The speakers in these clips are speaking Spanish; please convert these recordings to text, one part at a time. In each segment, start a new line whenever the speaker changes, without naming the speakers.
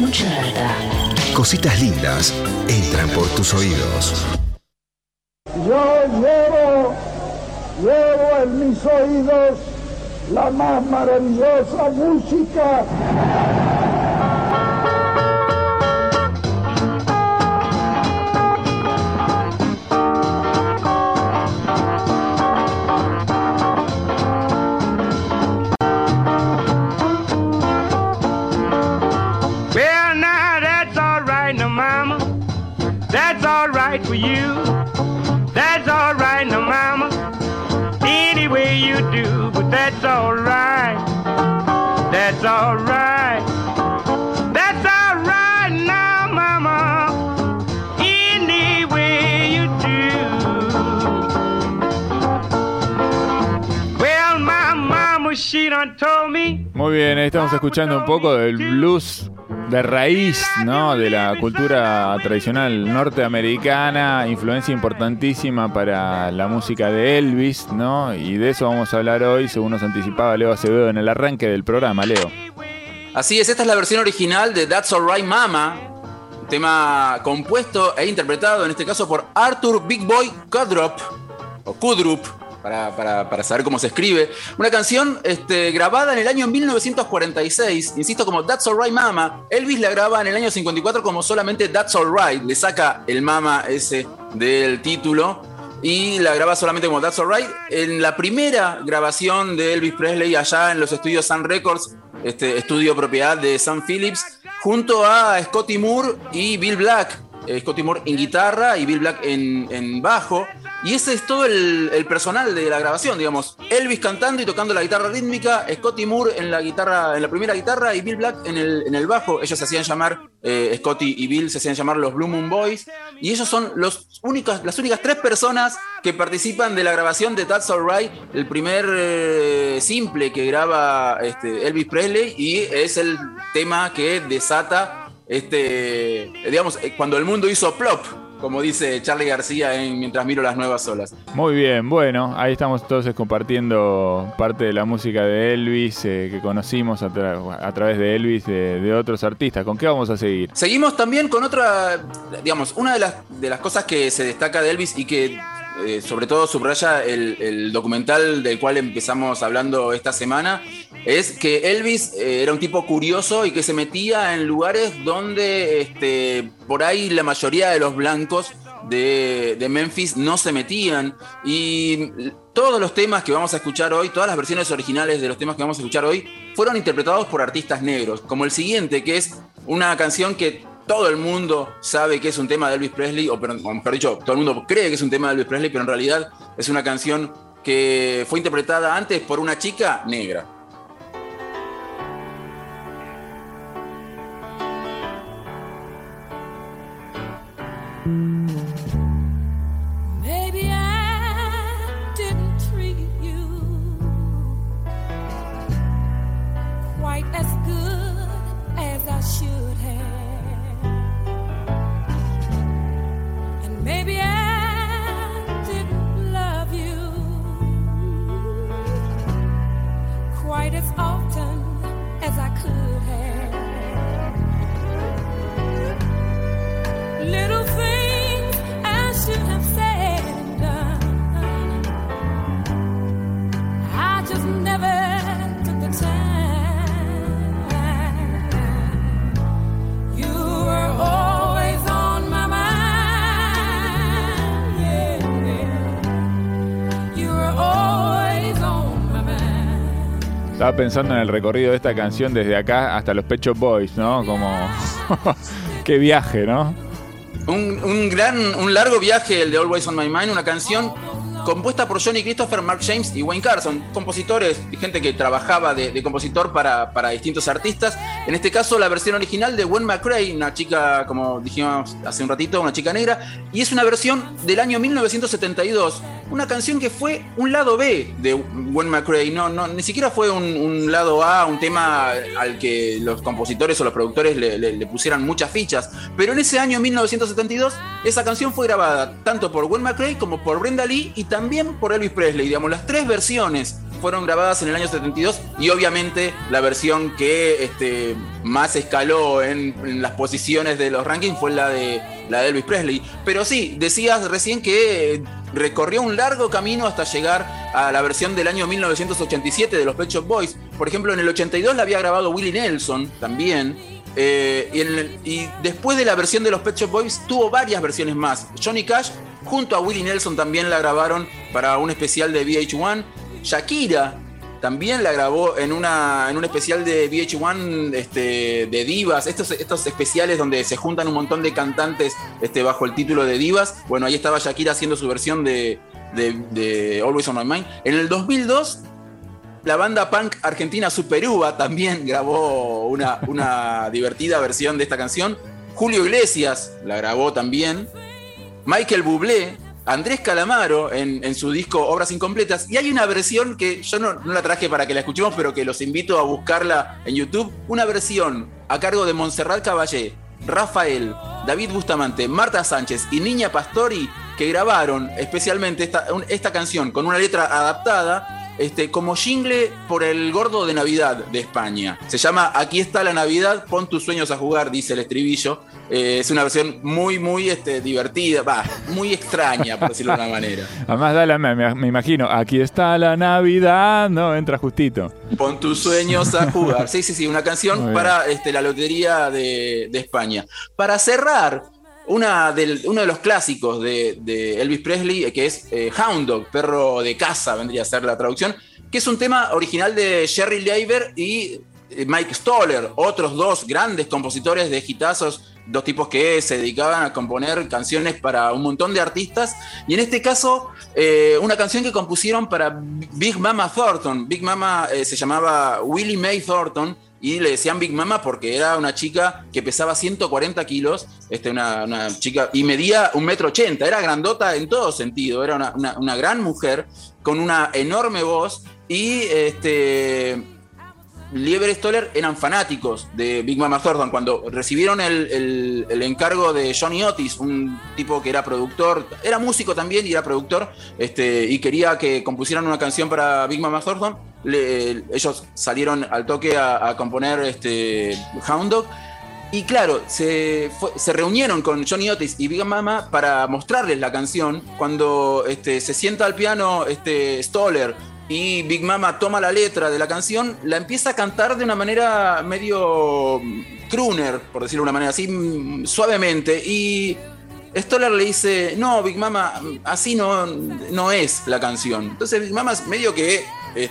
Mucha data.
Cositas lindas entran por tus oídos.
Yo llevo en mis oídos la más maravillosa música.
Well, now that's all right, now, mama. That's all right for you. That's all right, now, mama. Any way you do, but that's all right. That's all right. That's all right now, mama. Any way you do. Well, my mama, she done told me.
Muy bien, ahí estamos escuchando un poco del blues de raíz, ¿no? De la cultura tradicional norteamericana, influencia importantísima para la música de Elvis, ¿no? Y de eso vamos a hablar hoy, según nos anticipaba Leo Acevedo en el arranque del programa. Leo.
Así es, esta es la versión original de That's Alright Mama, un tema compuesto e interpretado en este caso por Arthur Big Boy Kudrup, o Kudrup, para saber cómo se escribe. Una canción grabada en el año 1946, insisto, como That's Alright Mama. Elvis la graba en el año 54 como solamente That's Alright, le saca el mama ese del título y la graba solamente como That's Alright. En la primera grabación de Elvis Presley allá en los estudios Sun Records, estudio propiedad de Sam Phillips, junto a Scotty Moore y Bill Black. Scotty Moore en guitarra y Bill Black en bajo. Y ese es todo el personal de la grabación, digamos. Elvis cantando y tocando la guitarra rítmica, Scotty Moore en la guitarra, en la primera guitarra, y Bill Black en el bajo. Ellos se hacían llamar, Scotty y Bill se hacían llamar los Blue Moon Boys. Y ellos son las únicas 3 personas que participan de la grabación de That's Alright, el primer simple que graba Elvis Presley, y es el tema que desata digamos, cuando el mundo hizo plop, como dice Charly García en Mientras miro las nuevas olas.
Muy bien, bueno, ahí estamos entonces compartiendo parte de la música de Elvis que conocimos a través de Elvis, de otros artistas. ¿Con qué vamos a seguir?
Seguimos también con otra, digamos, una de las cosas que se destaca de Elvis y que sobre todo subraya el documental del cual empezamos hablando esta semana, es que Elvis era un tipo curioso y que se metía en lugares donde por ahí la mayoría de los blancos de Memphis no se metían. Y todos los temas que vamos a escuchar hoy, todas las versiones originales de los temas que vamos a escuchar hoy, fueron interpretados por artistas negros, como el siguiente, que es una canción que todo el mundo sabe que es un tema de Elvis Presley, o mejor dicho, todo el mundo cree que es un tema de Elvis Presley, pero en realidad es una canción que fue interpretada antes por una chica negra.
Maybe I didn't treat you quite as good as I should have, and maybe I didn't love you quite as often as I could have. Little things I should have said and done, I just never took the time. You were always on my mind, yeah, yeah. You were always on my mind.
Estaba pensando en el recorrido de esta canción desde acá hasta los Pet Shop Boys, ¿no? Como qué viaje, ¿no?
Un largo viaje, el de Always on My Mind, una canción compuesta por Johnny Christopher, Mark James y Wayne Carson, compositores y gente que trabajaba de compositor para distintos artistas. En este caso, la versión original de Gwen McCrae, una chica, como dijimos hace un ratito, una chica negra, y es una versión del año 1972, una canción que fue un lado B de Gwen McCrae, ni siquiera fue un lado A, un tema al que los compositores o los productores le pusieran muchas fichas, pero en ese año 1972 esa canción fue grabada tanto por Gwen McCrae como por Brenda Lee y también por Elvis Presley. Digamos, las 3 versiones fueron grabadas en el año 72 y obviamente la versión que más escaló en las posiciones de los rankings fue la de Elvis Presley. Pero sí, decías recién que recorrió un largo camino hasta llegar a la versión del año 1987 de los Pet Shop Boys. Por ejemplo, en el 82 la había grabado Willie Nelson también. Y después de la versión de los Pet Shop Boys tuvo varias versiones más. Johnny Cash junto a Willie Nelson también la grabaron para un especial de VH1. Shakira también la grabó en un especial de VH1 de divas, estos especiales donde se juntan un montón de cantantes bajo el título de divas. Bueno, ahí estaba Shakira haciendo su versión de Always on My Mind. En el 2002 la banda punk argentina Super Uva también grabó una divertida versión de esta canción. Julio Iglesias la grabó también. Michael Bublé, Andrés Calamaro en su disco Obras Incompletas. Y hay una versión que yo no la traje para que la escuchemos, pero que los invito a buscarla en YouTube. Una versión a cargo de Montserrat Caballé, Rafael, David Bustamante, Marta Sánchez y Niña Pastori, que grabaron especialmente esta canción con una letra adaptada como jingle por el gordo de Navidad de España. Se llama Aquí está la Navidad, pon tus sueños a jugar, dice el estribillo. Es una versión muy, muy divertida, muy extraña, por decirlo de una manera.
Además, me imagino, aquí está la Navidad, no, entra justito.
Pon tus sueños a jugar. Sí, una canción para la lotería de España. Para cerrar, uno de los clásicos de Elvis Presley, que es Hound Dog, perro de casa, vendría a ser la traducción, que es un tema original de Jerry Leiber y Mike Stoller, otros dos grandes compositores de hitazos, dos tipos que se dedicaban a componer canciones para un montón de artistas, y en este caso una canción que compusieron para Big Mama Thornton. Big Mama se llamaba Willie Mae Thornton, y le decían Big Mama porque era una chica que pesaba 140 kilos, una chica, y medía 1,80 m, era grandota en todo sentido, era una gran mujer con una enorme voz, y Leiber y Stoller eran fanáticos de Big Mama Thornton. Cuando recibieron el encargo de Johnny Otis, un tipo que era productor, era músico también y era productor, y quería que compusieran una canción para Big Mama Thornton, ellos salieron al toque a componer Hound Dog. Y claro, se reunieron con Johnny Otis y Big Mama para mostrarles la canción. Cuando se sienta al piano Stoller y Big Mama toma la letra de la canción, la empieza a cantar de una manera medio crooner, por decirlo de una manera así, suavemente. Y Stoller le dice, no, Big Mama, así no es la canción. Entonces Big Mama medio que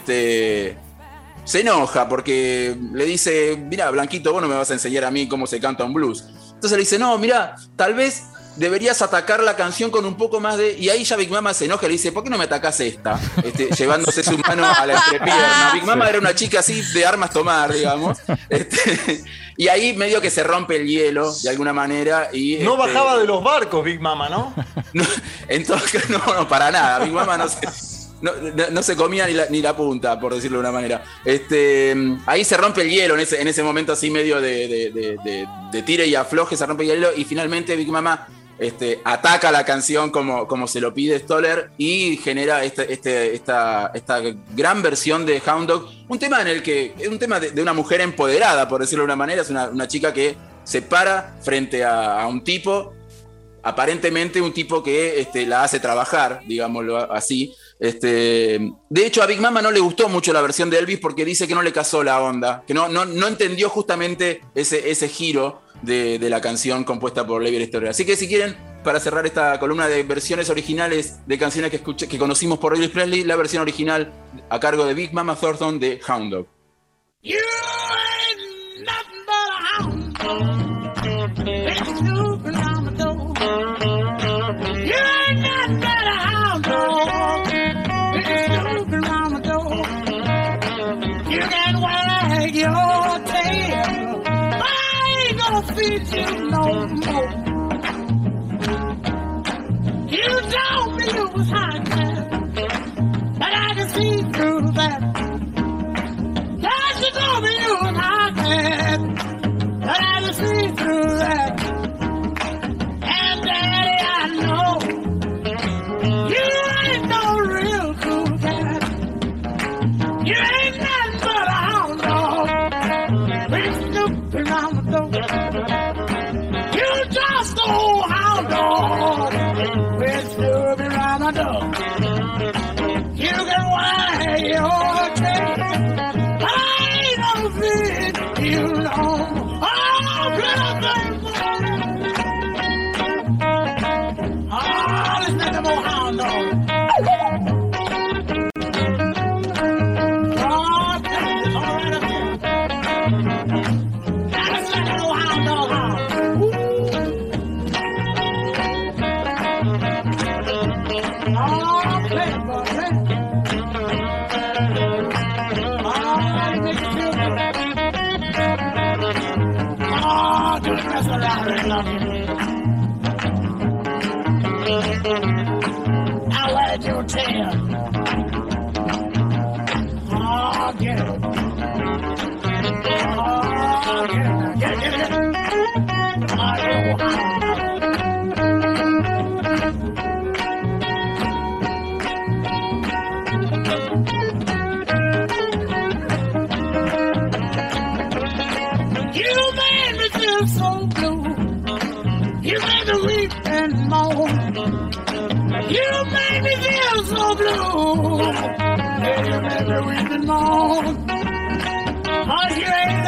se enoja porque le dice, mira, Blanquito, vos no me vas a enseñar a mí cómo se canta un blues. Entonces le dice, no, mira, tal vez deberías atacar la canción con un poco más de... Y ahí ya Big Mama se enoja y le dice, ¿por qué no me atacás esta? Llevándose su mano a la entrepierna. Big Mama era una chica así de armas tomar, digamos. Y ahí medio que se rompe el hielo, de alguna manera. Y,
no bajaba de los barcos Big Mama, ¿no?
Entonces, no, para nada. Big Mama no se comía ni la punta, por decirlo de una manera. Ahí se rompe el hielo en ese momento así medio de tire y afloje, se rompe el hielo y finalmente Big Mama ataca la canción como se lo pide Stoller y genera esta gran versión de Hound Dog, un tema de una mujer empoderada, por decirlo de una manera. Es una chica que se para frente a un tipo, aparentemente un tipo que la hace trabajar, digámoslo así. De hecho, a Big Mama no le gustó mucho la versión de Elvis porque dice que no le casó la onda, que no entendió justamente ese giro de la canción compuesta por Leiber y Stoller. Así que si quieren, para cerrar esta columna de versiones originales de canciones que conocimos por Elvis Presley, la versión original a cargo de Big Mama Thornton de Hound Dog.
You ain't nothing but a hound dog. Been snooping on my door. You ain't nothing but a hound dog. Been snooping on my door. You can wag your tail, but I ain't gonna feed you no more. You told me you was hot, but I can see through that. You told me you was hot, but I can see through that. And Daddy, I know you ain't no real cool cat. my door. You just the old hound dog. With Snoopy around my door. You can wag your tail. I ain't no feed you know. Oh, little thing. Oh, there's nothing more hound dog. Now where'd you tail? Oh, get it. Oh, get it. Get it, get it, get it. Oh, you made me feel so blue. You made me weep and moan. You made me feel so blue. Yeah, you made me weep and moan. 'Cause you ain't